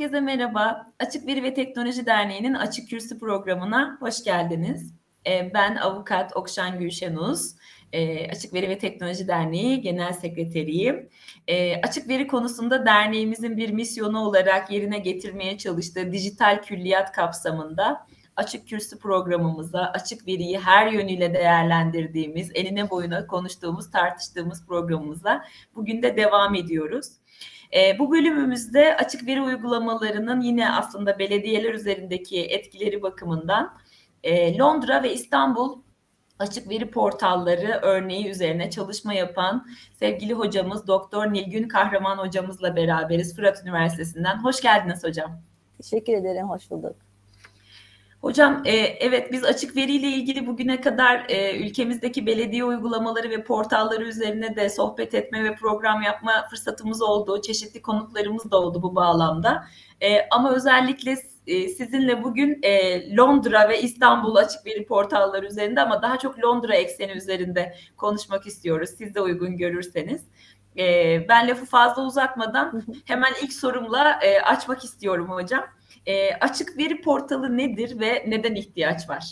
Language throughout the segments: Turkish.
Herkese merhaba. Açık Veri ve Teknoloji Derneği'nin Açık Kürsü programına hoş geldiniz. Ben avukat Okşan Gülşenuz. Açık Veri ve Teknoloji Derneği Genel Sekreteriyim. Açık veri konusunda derneğimizin bir misyonu olarak yerine getirmeye çalıştığı dijital külliyat kapsamında Açık Kürsü programımıza, açık veriyi her yönüyle değerlendirdiğimiz, eline boyuna konuştuğumuz, tartıştığımız programımıza bugün de devam ediyoruz. Bu bölümümüzde açık veri uygulamalarının yine aslında belediyeler üzerindeki etkileri bakımından Londra ve İstanbul açık veri portalları örneği üzerine çalışma yapan sevgili hocamız Doktor Nilgün Kahraman hocamızla beraberiz Fırat Üniversitesi'nden. Hoş geldiniz hocam. Teşekkür ederim, hoş bulduk. Hocam evet biz açık veriyle ilgili bugüne kadar ülkemizdeki belediye uygulamaları ve portalları üzerine de sohbet etme ve program yapma fırsatımız oldu. Çeşitli konuklarımız da oldu bu bağlamda. Ama özellikle sizinle bugün Londra ve İstanbul açık veri portalları üzerinde ama daha çok Londra ekseni üzerinde konuşmak istiyoruz. Siz de uygun görürseniz. Ben lafı fazla uzatmadan hemen ilk sorumla açmak istiyorum hocam. Açık veri portalı nedir ve neden ihtiyaç var?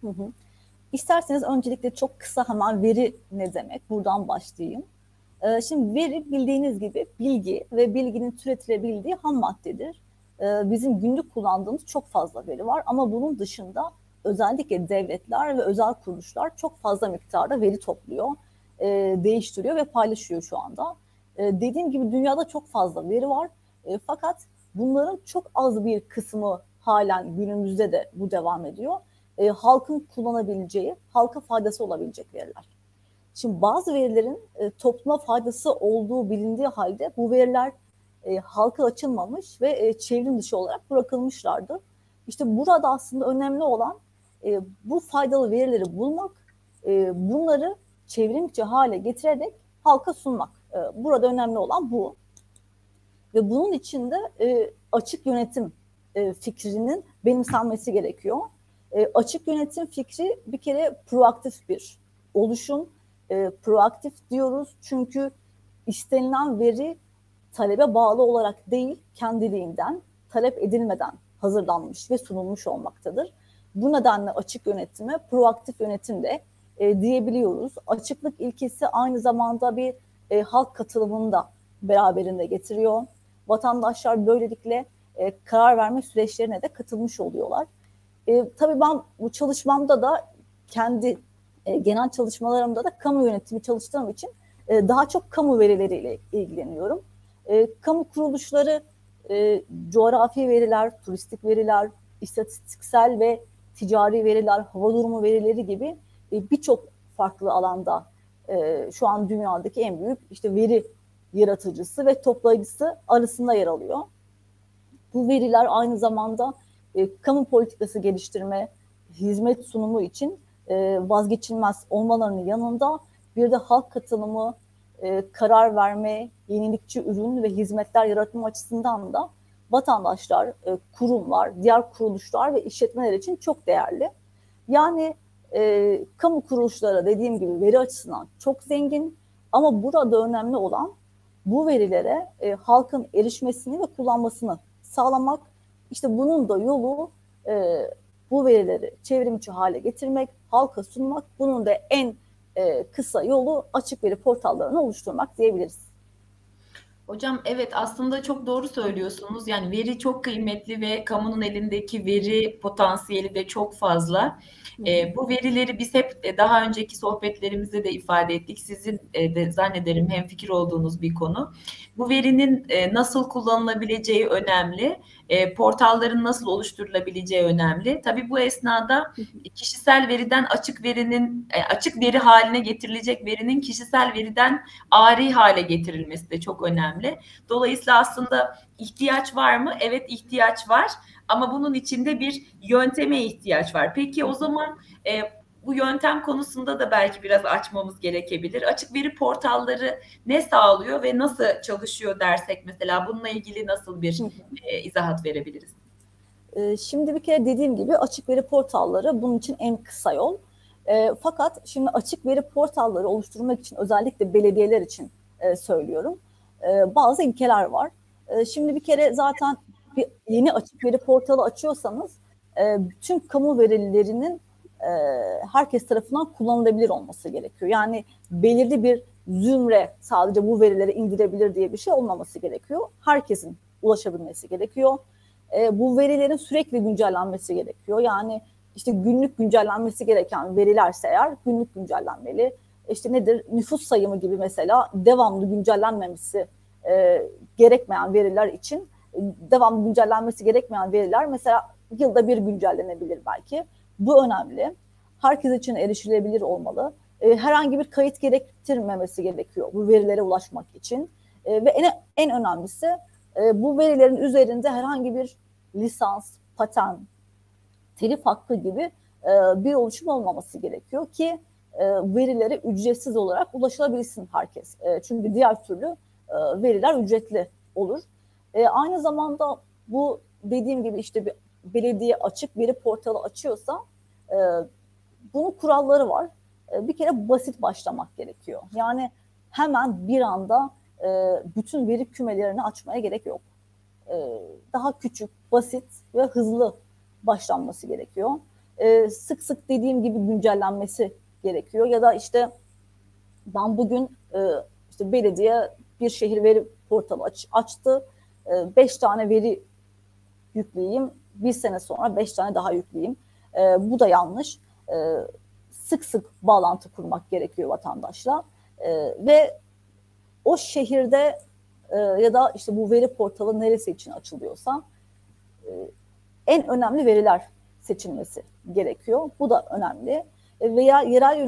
İsterseniz öncelikle çok kısa hemen veri ne demek? Buradan başlayayım. Şimdi veri bildiğiniz gibi bilgi ve bilginin türetilebildiği ham maddedir. Bizim günlük kullandığımız çok fazla veri var ama bunun dışında özellikle devletler ve özel kuruluşlar çok fazla miktarda veri topluyor, değiştiriyor ve paylaşıyor şu anda. Dediğim gibi dünyada çok fazla veri var fakat bunların çok az bir kısmı halen günümüzde de bu devam ediyor. Halkın kullanabileceği, halka faydası olabilecek veriler. Şimdi bazı verilerin topluma faydası olduğu bilindiği halde bu veriler halka açılmamış ve çevrim dışı olarak bırakılmışlardı. İşte burada aslında önemli olan bu faydalı verileri bulmak, bunları çevrim içi hale getirerek halka sunmak. Burada önemli olan bu. Ve bunun için de açık yönetim fikrinin benimsenmesi gerekiyor. Açık yönetim fikri bir kere proaktif bir oluşum. Proaktif diyoruz çünkü istenilen veri talebe bağlı olarak değil, kendiliğinden, talep edilmeden hazırlanmış ve sunulmuş olmaktadır. Bu nedenle açık yönetime proaktif yönetim de diyebiliyoruz. Açıklık ilkesi aynı zamanda bir halk katılımını da beraberinde getiriyor. Vatandaşlar böylelikle karar verme süreçlerine de katılmış oluyorlar. Tabii ben bu çalışmamda da kendi genel çalışmalarımda da kamu yönetimi çalıştığım için daha çok kamu verileriyle ilgileniyorum. Kamu kuruluşları coğrafi veriler, turistik veriler, istatistiksel ve ticari veriler, hava durumu verileri gibi birçok farklı alanda şu an dünyadaki en büyük işte veri yaratıcısı ve toplayıcısı arasında yer alıyor. Bu veriler aynı zamanda kamu politikası geliştirme, hizmet sunumu için vazgeçilmez olmalarının yanında bir de halk katılımı, karar verme, yenilikçi ürün ve hizmetler yaratma açısından da vatandaşlar, kurumlar, diğer kuruluşlar ve işletmeler için çok değerli. Yani kamu kuruluşları dediğim gibi veri açısından çok zengin ama burada önemli olan bu verilere halkın erişmesini ve kullanmasını sağlamak. İşte bunun da yolu bu verileri çevrimiçi hale getirmek, halka sunmak. Bunun da en kısa yolu açık veri portallarını oluşturmak diyebiliriz. Hocam evet aslında çok doğru söylüyorsunuz. Yani veri çok kıymetli ve kamunun elindeki veri potansiyeli de çok fazla. Bu verileri biz hep daha önceki sohbetlerimizde de ifade ettik. Sizin de zannederim hemfikir olduğunuz bir konu. Bu verinin nasıl kullanılabileceği önemli. Portalların nasıl oluşturulabileceği önemli. Tabii bu esnada kişisel veriden açık verinin açık veri haline getirilecek verinin kişisel veriden ari hale getirilmesi de çok önemli. Dolayısıyla aslında ihtiyaç var mı? Evet ihtiyaç var ama bunun içinde bir yönteme ihtiyaç var. Peki o zaman bu yöntem konusunda da belki biraz açmamız gerekebilir. Açık veri portalları ne sağlıyor ve nasıl çalışıyor dersek mesela bununla ilgili nasıl bir izahat verebiliriz? Şimdi bir kere dediğim gibi açık veri portalları bunun için en kısa yol. Fakat şimdi açık veri portalları oluşturmak için özellikle belediyeler için söylüyorum. Bazı ilkeler var. Şimdi bir kere zaten bir yeni açık veri portalı açıyorsanız tüm kamu verilerinin herkes tarafından kullanılabilir olması gerekiyor. Yani belirli bir zümre sadece bu verileri indirebilir diye bir şey olmaması gerekiyor. Herkesin ulaşabilmesi gerekiyor. Bu verilerin sürekli güncellenmesi gerekiyor. Yani işte günlük güncellenmesi gereken verilerse eğer günlük güncellenmeli. İşte nedir? Nüfus sayımı gibi mesela devamlı güncellenmemesi gerekmeyen veriler için devamlı güncellenmesi gerekmeyen veriler mesela yılda bir güncellenebilir belki. Bu önemli. Herkes için erişilebilir olmalı. Herhangi bir kayıt gerektirmemesi gerekiyor bu verilere ulaşmak için. Ve en önemlisi bu verilerin üzerinde herhangi bir lisans, patent, telif hakkı gibi bir oluşum olmaması gerekiyor ki verilere ücretsiz olarak ulaşılabilsin herkes. Çünkü diğer türlü veriler ücretli olur. Aynı zamanda bu dediğim gibi işte bir belediye açık veri portalı açıyorsa bunun kuralları var. Bir kere basit başlamak gerekiyor. Yani hemen bir anda bütün veri kümelerini açmaya gerek yok. Daha küçük, basit ve hızlı başlanması gerekiyor. Sık sık dediğim gibi güncellenmesi gerekiyor. Ya da işte ben bugün işte belediye bir şehir veri portalı açtı. 5 tane veri yükleyeyim. Bir sene sonra 5 tane daha yükleyeyim. Bu da yanlış. Sık sık bağlantı kurmak gerekiyor vatandaşla. Ve o şehirde ya da işte bu veri portalı neresi için açılıyorsa en önemli veriler seçilmesi gerekiyor. Bu da önemli. Veya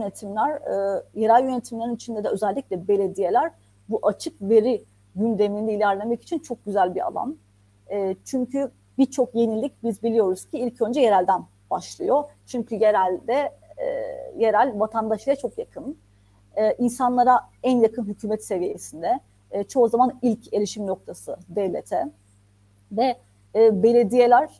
yerel yönetimlerin içinde de özellikle belediyeler bu açık veri gündeminde ilerlemek için çok güzel bir alan. Çünkü birçok yenilik biz biliyoruz ki ilk önce yerelden başlıyor. Çünkü yerel vatandaşlara çok yakın. İnsanlara en yakın hükümet seviyesinde. Çoğu zaman ilk erişim noktası devlete. Ve belediyeler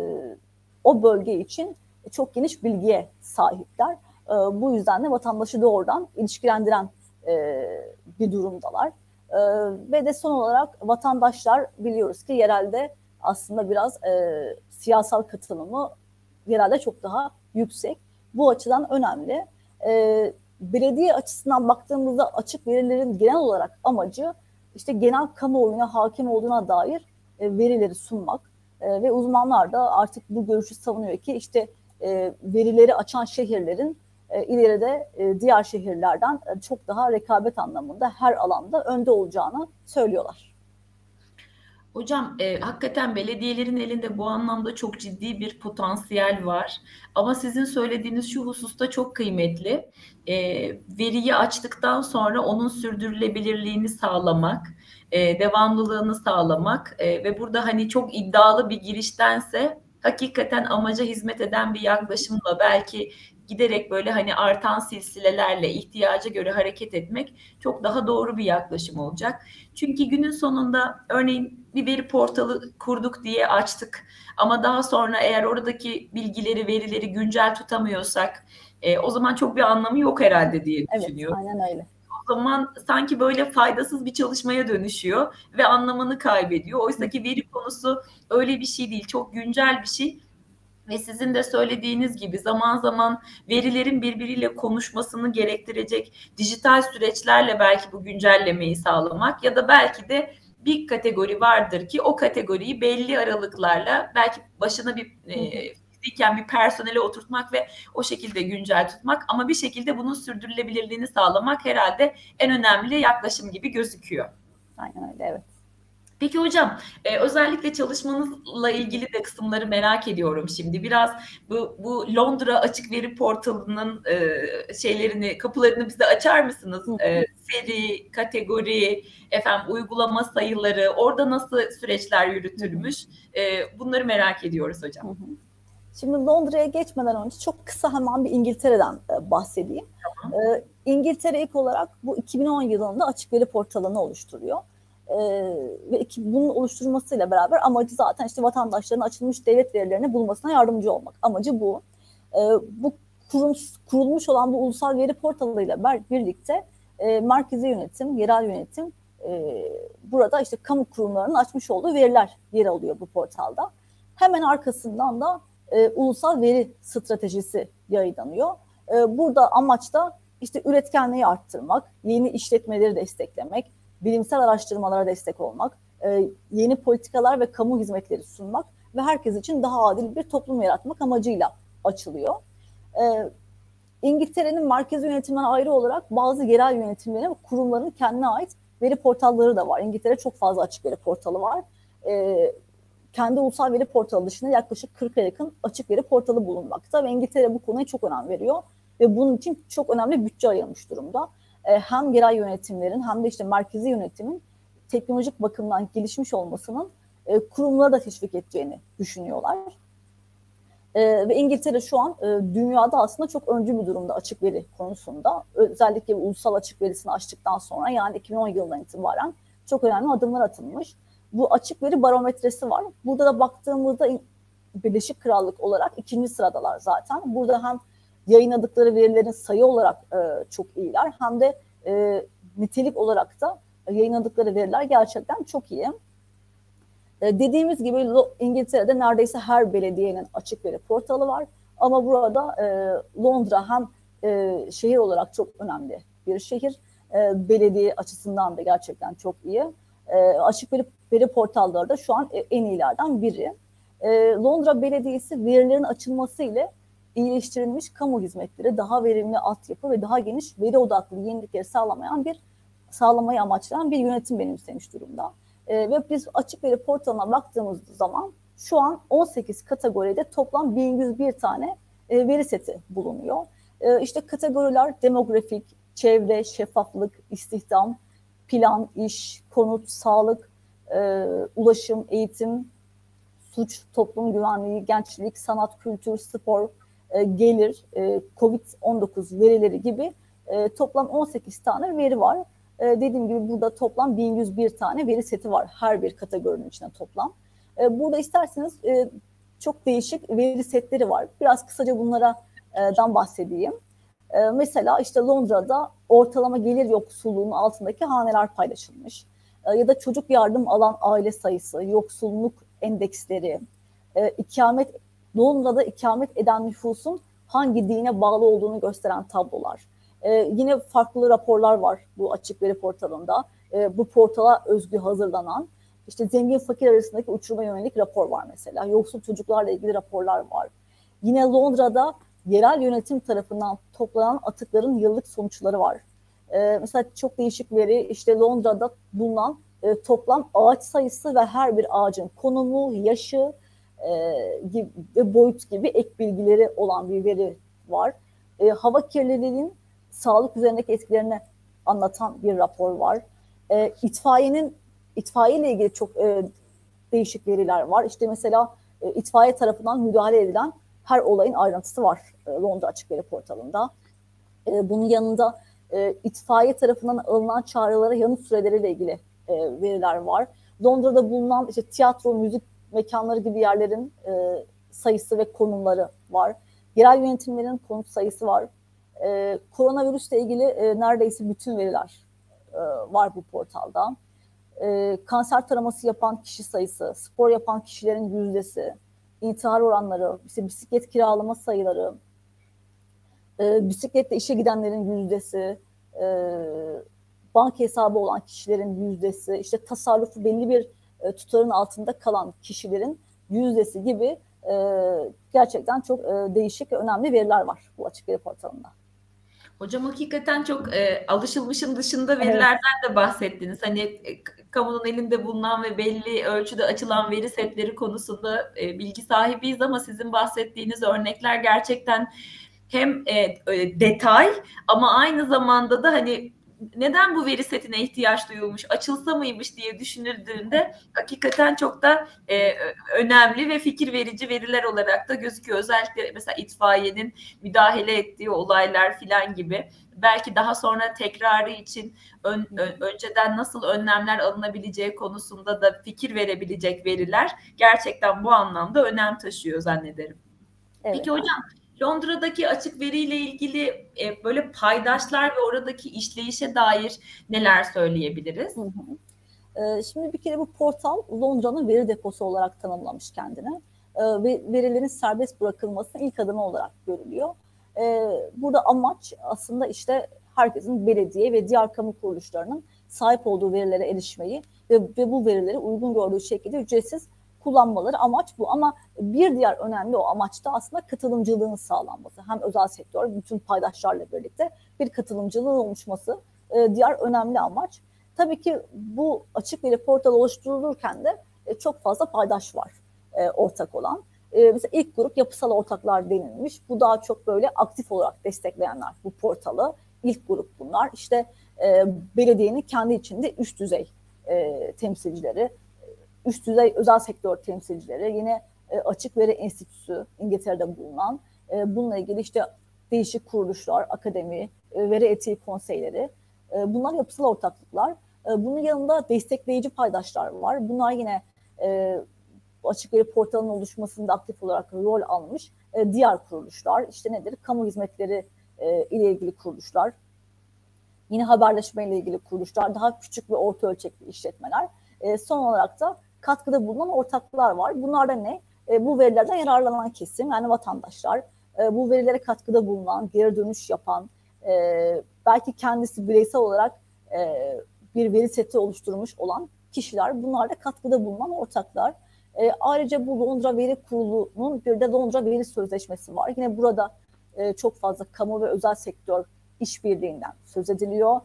o bölge için çok geniş bilgiye sahipler. Bu yüzden de vatandaşı doğrudan ilişkilendiren bir durumdalar. Ve de son olarak vatandaşlar biliyoruz ki yerelde aslında biraz siyasal katılımı yerelde çok daha yüksek. Bu açıdan önemli. Belediye açısından baktığımızda açık verilerin genel olarak amacı işte genel kamuoyuna hakim olduğuna dair verileri sunmak ve uzmanlar da artık bu görüşü savunuyor ki işte verileri açan şehirlerin ileride diğer şehirlerden çok daha rekabet anlamında her alanda önde olacağını söylüyorlar. Hocam hakikaten belediyelerin elinde bu anlamda çok ciddi bir potansiyel var. Ama sizin söylediğiniz şu hususta çok kıymetli. E, Veriyi açtıktan sonra onun sürdürülebilirliğini sağlamak, devamlılığını sağlamak ve burada hani çok iddialı bir giriştense hakikaten amaca hizmet eden bir yaklaşımla belki giderek böyle hani artan silsilelerle ihtiyaca göre hareket etmek çok daha doğru bir yaklaşım olacak. Çünkü günün sonunda örneğin bir veri portalı kurduk diye açtık ama daha sonra eğer oradaki bilgileri, verileri güncel tutamıyorsak o zaman çok bir anlamı yok herhalde diye Evet, düşünüyorum. aynen öyle. O zaman sanki böyle faydasız bir çalışmaya dönüşüyor ve anlamını kaybediyor. Oysa ki veri konusu öyle bir şey değil, çok güncel bir şey. Ve sizin de söylediğiniz gibi zaman zaman verilerin birbiriyle konuşmasını gerektirecek dijital süreçlerle belki bu güncellemeyi sağlamak ya da belki de bir kategori vardır ki o kategoriyi belli aralıklarla belki başına bir fiziken bir personele oturtmak ve o şekilde güncel tutmak ama bir şekilde bunun sürdürülebilirliğini sağlamak herhalde en önemli yaklaşım gibi gözüküyor. Aynen öyle, evet. Peki hocam, özellikle çalışmanızla ilgili de kısımları merak ediyorum şimdi. Biraz bu Londra Açık Veri Portalı'nın şeylerini, kapılarını bize açar mısınız? Seri, kategori, efendim uygulama sayıları, orada nasıl süreçler yürütülmüş? Bunları merak ediyoruz hocam. Şimdi Londra'ya geçmeden önce çok kısa hemen bir İngiltere'den bahsedeyim. Tamam. İngiltere ilk olarak bu 2010 yılında açık veri portalını oluşturuyor. Ve bunun oluşturulmasıyla beraber amacı zaten işte vatandaşların açılmış devlet verilerini bulmasına yardımcı olmak. Amacı bu. Bu kurulmuş olan bu ulusal veri portalıyla birlikte merkezi yönetim, yerel yönetim burada işte kamu kurumlarının açmış olduğu veriler yer alıyor bu portalda. Hemen arkasından da ulusal veri stratejisi yayınlanıyor. Burada amaç da işte üretkenliği arttırmak, yeni işletmeleri desteklemek, bilimsel araştırmalara destek olmak, yeni politikalar ve kamu hizmetleri sunmak ve herkes için daha adil bir toplum yaratmak amacıyla açılıyor. İngiltere'nin merkezi yönetiminden ayrı olarak bazı yerel yönetimlerin ve kurumların kendine ait veri portalları da var. İngiltere çok fazla açık veri portalı var. Kendi ulusal veri portalı dışında yaklaşık 40'a yakın açık veri portalı bulunmakta ve İngiltere bu konuya çok önem veriyor ve bunun için çok önemli bütçe ayırmış durumda. Hem yerel yönetimlerin hem de işte merkezi yönetimin teknolojik bakımdan gelişmiş olmasının kurumları da teşvik edeceğini düşünüyorlar. Ve İngiltere şu an dünyada aslında çok öncü bir durumda açık veri konusunda. Özellikle ulusal açık verisini açtıktan sonra, yani 2010 yılından itibaren çok önemli adımlar atılmış. Bu açık veri barometresi var. Burada da baktığımızda Birleşik Krallık olarak 2. sıradalar zaten. Burada hem yayınladıkları verilerin sayı olarak çok iyiler, hem de nitelik olarak da yayınladıkları veriler gerçekten çok iyi. Dediğimiz gibi İngiltere'de neredeyse her belediyenin açık veri portalı var. Ama burada Londra hem şehir olarak çok önemli bir şehir, belediye açısından da gerçekten çok iyi. Açık veri portalları da şu an en iyilerden biri. Londra Belediyesi verilerin açılması ile iyileştirilmiş kamu hizmetleri, daha verimli altyapı ve daha geniş veri odaklı yenilikleri sağlamayı amaçlayan bir yönetim benimsemiş durumda. Ve biz açık veri portalına baktığımız zaman şu an 18 kategoride toplam 1101 tane veri seti bulunuyor. İşte kategoriler demografik, çevre, şeffaflık, istihdam, plan, iş, konut, sağlık, ulaşım, eğitim, suç, toplum güvenliği, gençlik, sanat, kültür, spor, gelir, COVID-19 verileri gibi toplam 18 tane veri var. Dediğim gibi burada toplam 1101 tane veri seti var her bir kategorinin içinde toplam. Burada isterseniz çok değişik veri setleri var. Biraz kısaca bunlardan bahsedeyim. Mesela işte Londra'da ortalama gelir yoksulluğunun altındaki haneler paylaşılmış. Ya da çocuk yardım alan aile sayısı, yoksulluk endeksleri, Londra'da ikamet eden nüfusun hangi dine bağlı olduğunu gösteren tablolar. Yine farklı raporlar var bu açık veri portalında. Bu portala özgü hazırlanan, işte zengin fakir arasındaki uçuruma yönelik rapor var mesela. Yoksul çocuklarla ilgili raporlar var. Yine Londra'da yerel yönetim tarafından toplanan atıkların yıllık sonuçları var. Mesela çok değişik veri, işte Londra'da bulunan toplam ağaç sayısı ve her bir ağacın konumu, yaşı ve boyut gibi ek bilgileri olan bir veri var. Hava kirliliğinin sağlık üzerindeki etkilerini anlatan bir rapor var. İtfaiye ile ilgili çok değişik veriler var. İşte mesela itfaiye tarafından müdahale edilen her olayın ayrıntısı var Londra Açık Veri Portalı'nda. Bunun yanında itfaiye tarafından alınan çağrılara yanıt süreleriyle ilgili veriler var. Londra'da bulunan işte tiyatro, müzik mekanları gibi yerlerin sayısı ve konumları var. Yerel yönetimlerin konut sayısı var. Koronavirüsle ilgili neredeyse bütün veriler var bu portalda. Kanser taraması yapan kişi sayısı, spor yapan kişilerin yüzdesi, intihar oranları, işte bisiklet kiralama sayıları, bisikletle işe gidenlerin yüzdesi, banka hesabı olan kişilerin yüzdesi, işte tasarrufu belli bir tutarın altında kalan kişilerin yüzdesi gibi gerçekten çok değişik ve önemli veriler var bu açık veri portalında. Hocam hakikaten çok alışılmışın dışında verilerden de bahsettiniz. Hani kamunun elinde bulunan ve belli ölçüde açılan veri setleri konusunda bilgi sahibiyiz ama sizin bahsettiğiniz örnekler gerçekten hem detay ama aynı zamanda da hani neden bu veri setine ihtiyaç duyulmuş, açılsa mıymış diye düşünüldüğünde hakikaten çok da önemli ve fikir verici veriler olarak da gözüküyor. Özellikle mesela itfaiyenin müdahale ettiği olaylar filan gibi. Belki daha sonra tekrarı için önceden nasıl önlemler alınabileceği konusunda da fikir verebilecek veriler gerçekten bu anlamda önem taşıyor zannederim. Evet. Peki hocam, Londra'daki açık veriyle ilgili böyle paydaşlar ve oradaki işleyişe dair neler söyleyebiliriz? Şimdi bir kere bu portal Londra'nın veri deposu olarak tanımlamış kendini. Ve verilerin serbest bırakılmasının ilk adımı olarak görülüyor. Burada amaç aslında işte herkesin belediye ve diğer kamu kuruluşlarının sahip olduğu verilere erişmeyi ve bu verileri uygun gördüğü şekilde ücretsiz kullanmaları, amaç bu. Ama bir diğer önemli o amaç da aslında katılımcılığın sağlanması. Hem özel sektör, bütün paydaşlarla birlikte bir katılımcılığın oluşması diğer önemli amaç. Tabii ki bu açık veri portalı oluşturulurken de çok fazla paydaş var ortak olan. Mesela ilk grup yapısal ortaklar denilmiş. Bu daha çok böyle aktif olarak destekleyenler bu portalı. İlk grup bunlar. İşte belediyenin kendi içinde üst düzey temsilcileri, üst düzey özel sektör temsilcileri, yine Açık Veri Enstitüsü İngiltere'de bulunan, bununla ilgili işte değişik kuruluşlar, akademi, veri etiği konseyleri, bunlar yapısal ortaklıklar. Bunun yanında destekleyici paydaşlar var. Bunlar yine açık veri portalının oluşmasında aktif olarak rol almış diğer kuruluşlar. İşte nedir? Kamu hizmetleri ile ilgili kuruluşlar, yine haberleşme ile ilgili kuruluşlar, daha küçük ve orta ölçekli işletmeler. Son olarak da katkıda bulunan ortaklar var. Bunlar da ne? Bu verilerden yararlanan kesim, yani vatandaşlar, bu verilere katkıda bulunan, geri dönüş yapan, belki kendisi bireysel olarak bir veri seti oluşturmuş olan kişiler, bunlar da katkıda bulunan ortaklar. Ayrıca bu Londra Veri Kurulu'nun bir de Londra Veri Sözleşmesi var. Yine burada çok fazla kamu ve özel sektör işbirliğinden söz ediliyor.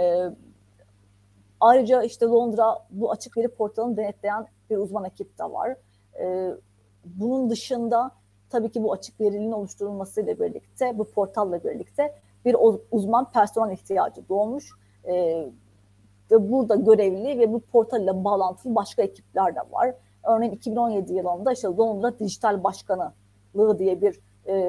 Ayrıca işte Londra bu açık veri portalını denetleyen bir uzman ekip de var. Bunun dışında tabii ki bu açık verinin oluşturulmasıyla birlikte, bu portalla birlikte bir uzman personel ihtiyacı doğmuş. Ve burada görevli ve bu portal ile bağlantılı başka ekipler de var. Örneğin 2017 yılında işte Londra Dijital Başkanlığı diye bir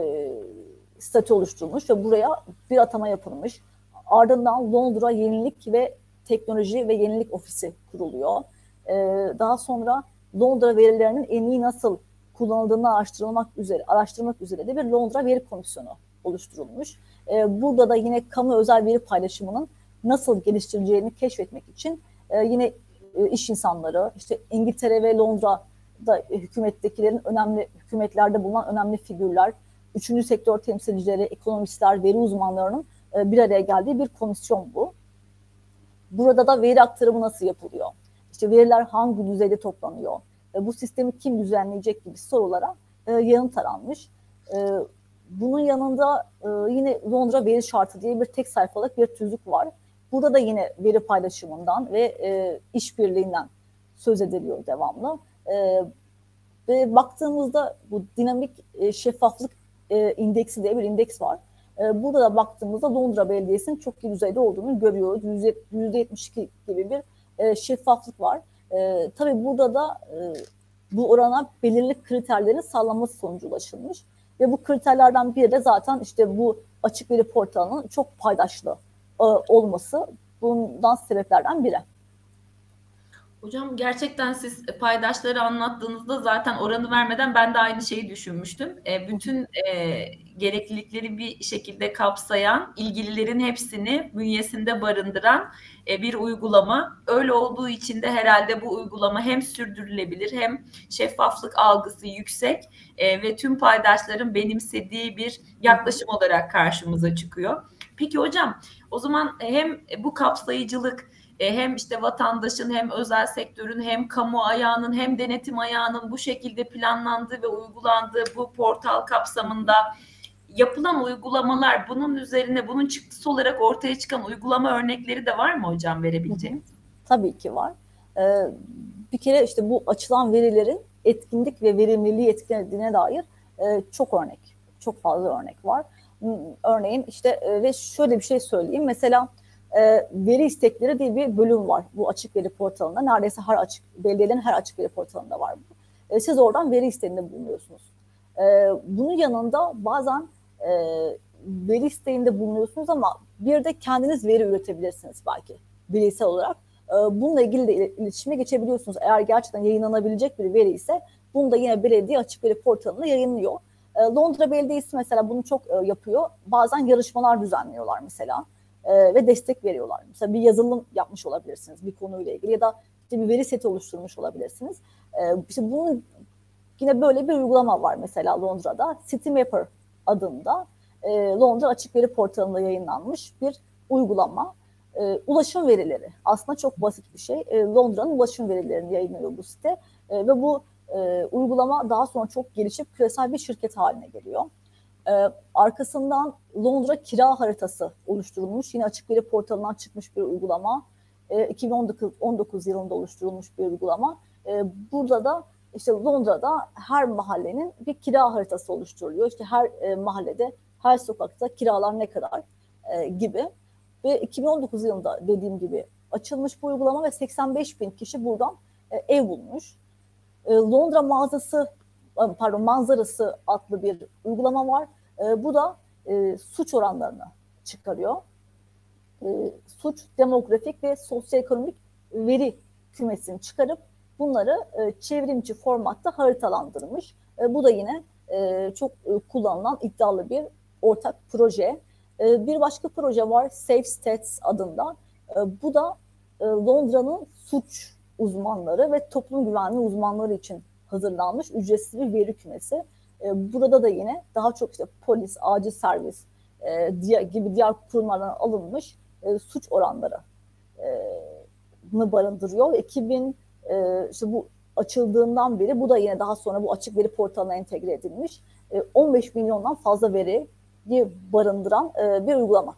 statü oluşturulmuş ve buraya bir atama yapılmış. Ardından Londra Yenilik ve Teknoloji ve Yenilik Ofisi kuruluyor. Daha sonra Londra verilerinin en iyi nasıl kullanıldığını araştırmak üzere de bir Londra Veri Komisyonu oluşturulmuş. Burada da yine kamu özel veri paylaşımının nasıl geliştireceğini keşfetmek için yine iş insanları, işte İngiltere ve Londra'da hükümettekilerin önemli, hükümetlerde bulunan önemli figürler, üçüncü sektör temsilcileri, ekonomistler, veri uzmanlarının bir araya geldiği bir komisyon bu. Burada da veri aktarımı nasıl yapılıyor? İşte veriler hangi düzeyde toplanıyor? Bu sistemi kim düzenleyecek gibi sorulara yanıt aranmış. Bunun yanında yine Londra Veri Şartı diye bir tek sayfalık bir tüzük var. Burada da yine veri paylaşımından ve işbirliğinden söz ediliyor devamlı. Ve baktığımızda bu dinamik şeffaflık indeksi diye bir indeks var. Burada da baktığımızda Londra Belediyesi'nin çok iyi düzeyde olduğunu görüyoruz. %72 gibi bir şeffaflık var. Tabii burada da bu orana belirli kriterlerin sağlanması sonucu ulaşılmış. Ve bu kriterlerden biri de zaten işte bu açık veri portalının çok paydaşlı olması bundan sebeplerden biri. Hocam gerçekten siz paydaşları anlattığınızda zaten oranı vermeden ben de aynı şeyi düşünmüştüm. Bütün gereklilikleri bir şekilde kapsayan, ilgililerin hepsini bünyesinde barındıran bir uygulama. Öyle olduğu için de herhalde bu uygulama hem sürdürülebilir hem şeffaflık algısı yüksek ve tüm paydaşların benimsediği bir yaklaşım olarak karşımıza çıkıyor. Peki hocam, o zaman hem bu kapsayıcılık, hem işte vatandaşın hem özel sektörün hem kamu ayağının hem denetim ayağının bu şekilde planlandığı ve uygulandığı bu portal kapsamında yapılan uygulamalar, bunun üzerine bunun çıktısı olarak ortaya çıkan uygulama örnekleri de var mı hocam verebileceğiniz? Tabii ki var. Bir kere işte bu açılan verilerin etkinlik ve verimliliği etkilediğine dair çok fazla örnek var. Örneğin işte ve şöyle bir şey söyleyeyim. Mesela veri istekleri diye bir bölüm var bu açık veri portalında. Neredeyse belediyelerin her açık veri portalında var bu. Siz oradan veri isteğinde bulunuyorsunuz. Bunun yanında bazen veri isteğinde bulunuyorsunuz ama bir de kendiniz veri üretebilirsiniz belki bireysel olarak. Bununla ilgili de iletişime geçebiliyorsunuz. Eğer gerçekten yayınlanabilecek bir veri ise bunu da yine belediye açık veri portalında yayınlıyor. Londra Belediyesi mesela bunu çok yapıyor. Bazen yarışmalar düzenliyorlar mesela. ve destek veriyorlar. Mesela bir yazılım yapmış olabilirsiniz bir konuyla ilgili ya da işte bir veri seti oluşturmuş olabilirsiniz. İşte bunun yine böyle bir uygulama var mesela Londra'da. CityMapper adında Londra Açık Veri Portalı'nda yayınlanmış bir uygulama. Ulaşım verileri. Aslında çok basit bir şey. Londra'nın ulaşım verilerini yayınlıyor bu site. Ve bu uygulama daha sonra çok gelişip küresel bir şirket haline geliyor. Arkasından Londra kira haritası oluşturulmuş. Yine Açık Veri Portalı'ndan çıkmış bir uygulama. 2019 yılında oluşturulmuş bir uygulama. Burada da işte Londra'da her mahallenin bir kira haritası oluşturuluyor. İşte her mahallede, her sokakta kiralar ne kadar gibi. Ve 2019 yılında dediğim gibi açılmış bu uygulama ve 85 bin kişi buradan ev bulmuş. Londra manzarası adlı bir uygulama var. Bu da suç oranlarını çıkarıyor. Suç, demografik ve sosyoekonomik veri kümesini çıkarıp bunları çevrimçi formatta haritalandırmış. Bu da yine çok kullanılan iddialı bir ortak proje. Bir başka proje var Safe Stats adında. Bu da Londra'nın suç uzmanları ve toplum güvenliği uzmanları için hazırlanmış ücretsiz bir veri kümesi. Burada da yine daha çok işte polis, acil servis gibi diğer kurumlardan alınmış suç oranları barındırıyor. 2000 işte bu açıldığından beri bu da yine daha sonra bu açık veri portalına entegre edilmiş. 15 milyondan fazla veriyi barındıran bir uygulama.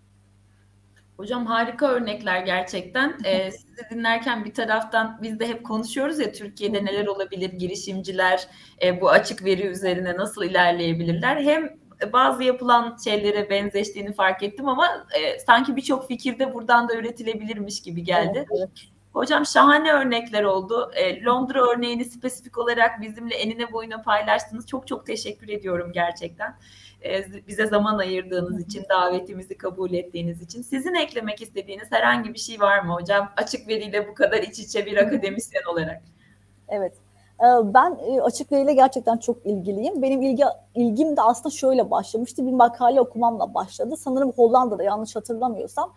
Hocam harika örnekler gerçekten. Sizi dinlerken bir taraftan biz de hep konuşuyoruz ya Türkiye'de neler olabilir, girişimciler bu açık veri üzerine nasıl ilerleyebilirler. Hem bazı yapılan şeylere benzeştiğini fark ettim ama sanki birçok fikir de buradan da üretilebilirmiş gibi geldi. Evet. Hocam şahane örnekler oldu. Londra örneğini spesifik olarak bizimle enine boyuna paylaştınız. Çok çok teşekkür ediyorum gerçekten. Bize zaman ayırdığınız için, davetimizi kabul ettiğiniz için. Sizin eklemek istediğiniz herhangi bir şey var mı hocam? Açık veriyle bu kadar iç içe bir akademisyen olarak. Evet. Ben açık veriyle gerçekten çok ilgiliyim. Benim ilgim de aslında şöyle başlamıştı. Bir makale okumamla başladı. Sanırım Hollanda'da yanlış hatırlamıyorsam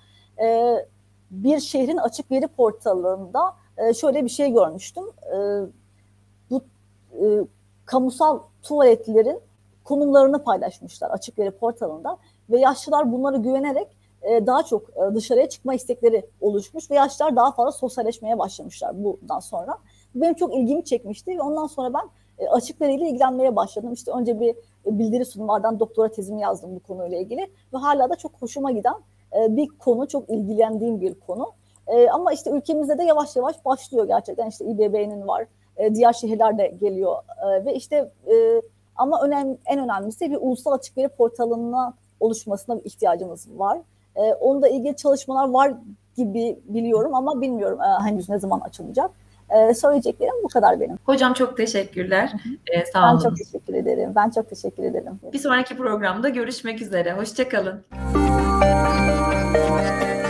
bir şehrin açık veri portalında şöyle bir şey görmüştüm. Bu kamusal tuvaletlerin konumlarını paylaşmışlar açık veri portalında ve yaşlılar bunları güvenerek daha çok dışarıya çıkma istekleri oluşmuş ve yaşlılar daha fazla sosyalleşmeye başlamışlar bundan sonra. Benim çok ilgimi çekmişti ve ondan sonra ben açık veriyle ilgilenmeye başladım. İşte önce bir bildiri sunumlardan doktora tezimi yazdım bu konuyla ilgili ve hala da çok hoşuma giden bir konu, çok ilgilendiğim bir konu. Ama işte ülkemizde de yavaş yavaş başlıyor gerçekten. İşte İBB'nin var, diğer şehirler de geliyor ve işte ama en önemlisi bir ulusal açık veri portalına oluşmasına bir ihtiyacımız var. Onda ilgili çalışmalar var gibi biliyorum ama bilmiyorum henüz ne zaman açılacak. Söyleyeceklerim bu kadar benim. Hocam çok teşekkürler. Sağ olun. Ben çok teşekkür ederim. Ben çok teşekkür ederim. Bir sonraki programda görüşmek üzere. Hoşça kalın.